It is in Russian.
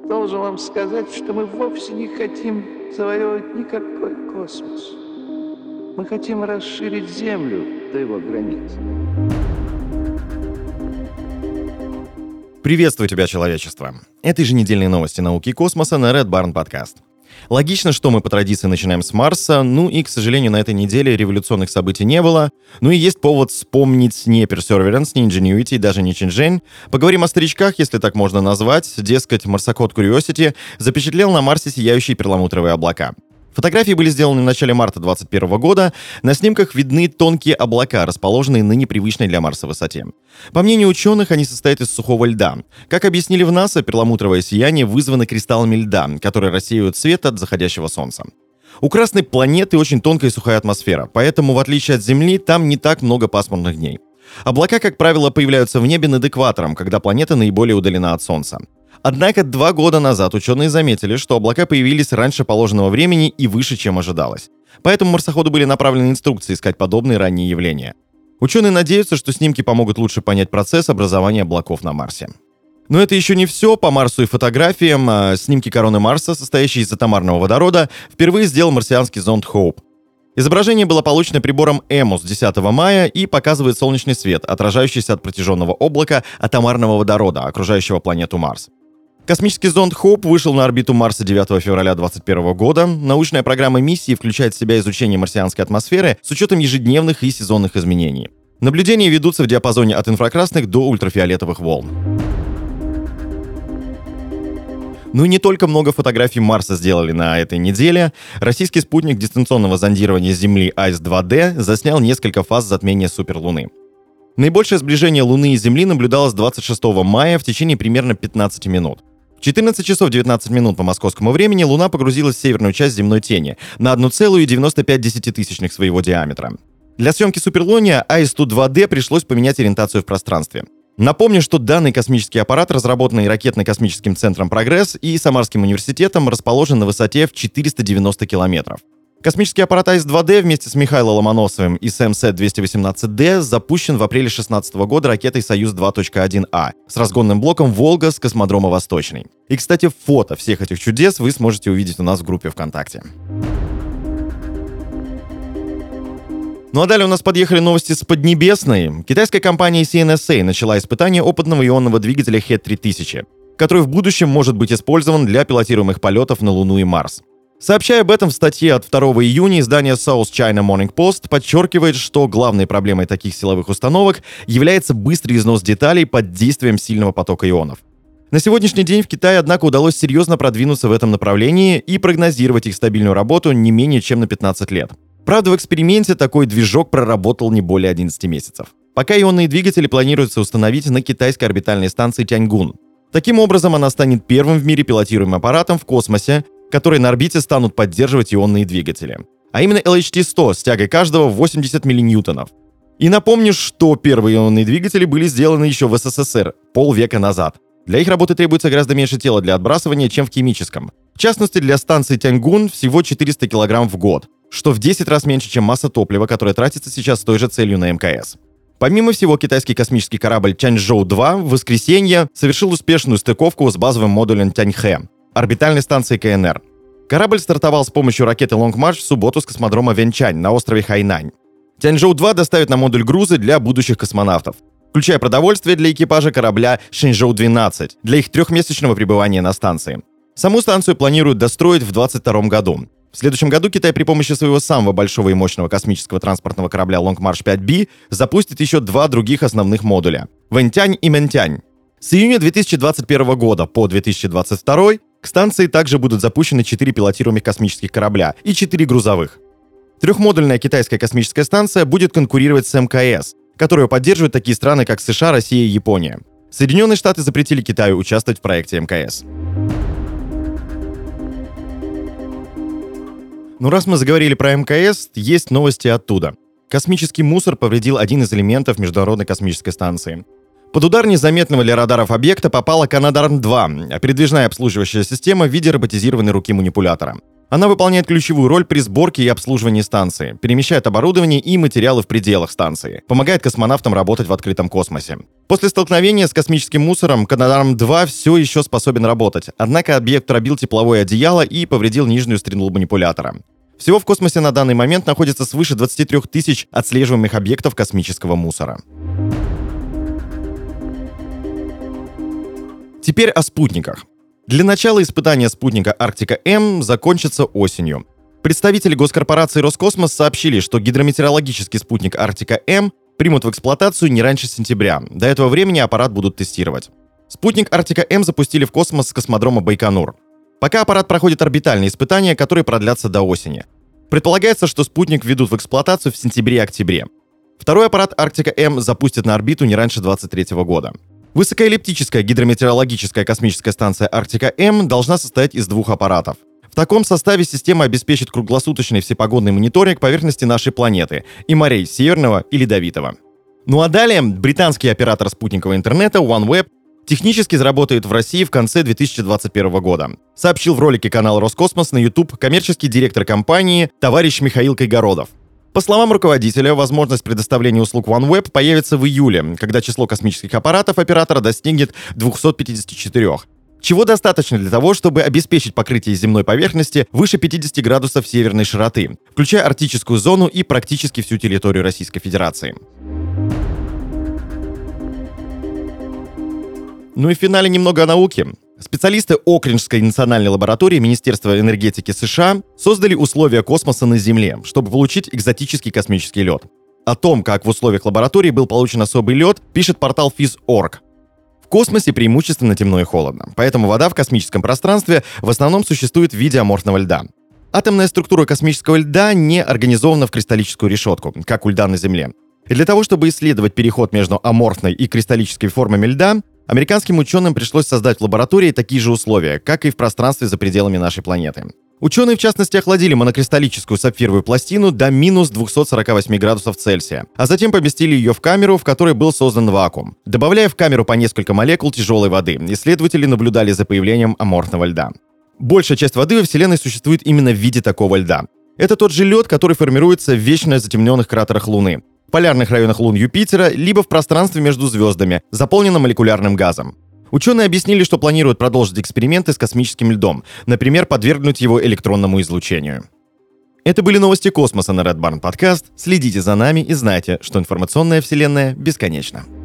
Должен вам сказать, что мы вовсе не хотим завоевывать никакой космос. Мы хотим расширить Землю до его границ. Приветствую тебя, человечество! Это еженедельные новости науки и космоса на Red Barn Podcast. Логично, что мы по традиции начинаем с Марса, и, к сожалению, на этой неделе революционных событий не было. И есть повод вспомнить не Perseverance, не Ingenuity и даже не Чэньчжэнь. Поговорим о старичках, если так можно назвать. Дескать, марсоход Curiosity запечатлел на Марсе сияющие перламутровые облака. Фотографии были сделаны в начале марта 2021 года. На снимках видны тонкие облака, расположенные на непривычной для Марса высоте. По мнению ученых, они состоят из сухого льда. Как объяснили в НАСА, перламутровое сияние вызвано кристаллами льда, которые рассеивают свет от заходящего Солнца. У Красной планеты очень тонкая и сухая атмосфера, поэтому, в отличие от Земли, там не так много пасмурных дней. Облака, как правило, появляются в небе над экватором, когда планета наиболее удалена от Солнца. Однако 2 года назад ученые заметили, что облака появились раньше положенного времени и выше, чем ожидалось. Поэтому марсоходу были направлены инструкции искать подобные ранние явления. Ученые надеются, что снимки помогут лучше понять процесс образования облаков на Марсе. Но это еще не все. По Марсу и фотографиям снимки короны Марса, состоящей из атомарного водорода, впервые сделал марсианский зонд Hope. Изображение было получено прибором EMOS 10 мая и показывает солнечный свет, отражающийся от протяженного облака атомарного водорода, окружающего планету Марс. Космический зонд Hope вышел на орбиту Марса 9 февраля 2021 года. Научная программа миссии включает в себя изучение марсианской атмосферы с учетом ежедневных и сезонных изменений. Наблюдения ведутся в диапазоне от инфракрасных до ультрафиолетовых волн. И не только много фотографий Марса сделали на этой неделе. Российский спутник дистанционного зондирования Земли АИС-2D заснял несколько фаз затмения суперлуны. Наибольшее сближение Луны и Земли наблюдалось 26 мая в течение примерно 15 минут. В 14 часов 19 минут по московскому времени Луна погрузилась в северную часть земной тени на 1,95 своего диаметра. Для съемки суперлуния АИС-2D пришлось поменять ориентацию в пространстве. Напомню, что данный космический аппарат, разработанный ракетно-космическим центром «Прогресс» и Самарским университетом, расположен на высоте в 490 километров. Космический аппарат АИС-2D вместе с Михаилом Ломоносовым и СМС-218D запущен в апреле 2016 года ракетой «Союз-2.1А» с разгонным блоком «Волга» с космодрома «Восточный». И, кстати, фото всех этих чудес вы сможете увидеть у нас в группе ВКонтакте. А далее у нас подъехали новости с Поднебесной. Китайская компания CNSA начала испытание опытного ионного двигателя HET-3000, который в будущем может быть использован для пилотируемых полетов на Луну и Марс. Сообщая об этом в статье от 2 июня, издание South China Morning Post подчеркивает, что главной проблемой таких силовых установок является быстрый износ деталей под действием сильного потока ионов. На сегодняшний день в Китае, однако, удалось серьезно продвинуться в этом направлении и прогнозировать их стабильную работу не менее чем на 15 лет. Правда, в эксперименте такой движок проработал не более 11 месяцев. Пока ионные двигатели планируется установить на китайской орбитальной станции Тяньгун. Таким образом, она станет первым в мире пилотируемым аппаратом в космосе, которые на орбите станут поддерживать ионные двигатели. А именно LHT-100 с тягой каждого в 80 миллиньютонов. И напомню, что первые ионные двигатели были сделаны еще в СССР полвека назад. Для их работы требуется гораздо меньше тела для отбрасывания, чем в химическом. В частности, для станции Тяньгун всего 400 кг в год, что в 10 раз меньше, чем масса топлива, которая тратится сейчас с той же целью на МКС. Помимо всего, китайский космический корабль Чанчжоу-2 в воскресенье совершил успешную стыковку с базовым модулем Тяньхэ, орбитальной станции КНР. Корабль стартовал с помощью ракеты Long March в субботу с космодрома Вэньчань на острове Хайнань. Тяньчжоу-2 доставит на модуль грузы для будущих космонавтов, включая продовольствие для экипажа корабля Шэньчжоу-12 для их 3-месячного пребывания на станции. Саму станцию планируют достроить в 2022 году. В следующем году Китай при помощи своего самого большого и мощного космического транспортного корабля Long March 5B запустит еще 2 других основных модуля – Вэньтянь и Мэнтянь. С июня 2021 года по 2022 к станции также будут запущены 4 пилотируемых космических корабля и 4 грузовых. 3-модульная китайская космическая станция будет конкурировать с МКС, которую поддерживают такие страны, как США, Россия и Япония. Соединенные Штаты запретили Китаю участвовать в проекте МКС. Раз мы заговорили про МКС, есть новости оттуда. Космический мусор повредил один из элементов Международной космической станции. Под удар незаметного для радаров объекта попала Канадарм-2, передвижная обслуживающая система в виде роботизированной руки манипулятора. Она выполняет ключевую роль при сборке и обслуживании станции, перемещает оборудование и материалы в пределах станции, помогает космонавтам работать в открытом космосе. После столкновения с космическим мусором Канадарм-2 все еще способен работать, однако объект пробил тепловое одеяло и повредил нижнюю стрелу манипулятора. Всего в космосе на данный момент находится свыше 23 тысяч отслеживаемых объектов космического мусора. Теперь о спутниках. Для начала испытания спутника Арктика-М закончатся осенью. Представители госкорпорации Роскосмос сообщили, что гидрометеорологический спутник Арктика-М примут в эксплуатацию не раньше сентября. До этого времени аппарат будут тестировать. Спутник Арктика-М запустили в космос с космодрома Байконур. Пока аппарат проходит орбитальные испытания, которые продлятся до осени. Предполагается, что спутник введут в эксплуатацию в сентябре-октябре. Второй аппарат Арктика-М запустят на орбиту не раньше 2023 года. Высокоэллиптическая гидрометеорологическая космическая станция Арктика-М должна состоять из 2 аппаратов. В таком составе система обеспечит круглосуточный всепогодный мониторинг поверхности нашей планеты и морей Северного и Ледовитого. Ну а далее британский оператор спутникового интернета OneWeb технически заработает в России в конце 2021 года, сообщил в ролике канала Роскосмос на YouTube коммерческий директор компании товарищ Михаил Кайгородов. По словам руководителя, возможность предоставления услуг OneWeb появится в июле, когда число космических аппаратов оператора достигнет 254, чего достаточно для того, чтобы обеспечить покрытие земной поверхности выше 50 градусов северной широты, включая арктическую зону и практически всю территорию Российской Федерации. Ну и в финале немного о науке. Специалисты Окринджской национальной лаборатории Министерства энергетики США создали условия космоса на Земле, чтобы получить экзотический космический лед. О том, как в условиях лаборатории был получен особый лед, пишет портал Phys.org. В космосе преимущественно темно и холодно, поэтому вода в космическом пространстве в основном существует в виде аморфного льда. Атомная структура космического льда не организована в кристаллическую решетку, как у льда на Земле. И для того, чтобы исследовать переход между аморфной и кристаллической формами льда, американским ученым пришлось создать в лаборатории такие же условия, как и в пространстве за пределами нашей планеты. Ученые, в частности, охладили монокристаллическую сапфировую пластину до минус 248 градусов Цельсия, а затем поместили ее в камеру, в которой был создан вакуум. Добавляя в камеру по несколько молекул тяжелой воды, исследователи наблюдали за появлением аморфного льда. Большая часть воды во Вселенной существует именно в виде такого льда. Это тот же лед, который формируется в вечно затемненных кратерах Луны, в полярных районах лун Юпитера, либо в пространстве между звездами, заполненном молекулярным газом. Ученые объяснили, что планируют продолжить эксперименты с космическим льдом, например, подвергнуть его электронному излучению. Это были новости космоса на Red Barn Podcast. Следите за нами и знайте, что информационная вселенная бесконечна.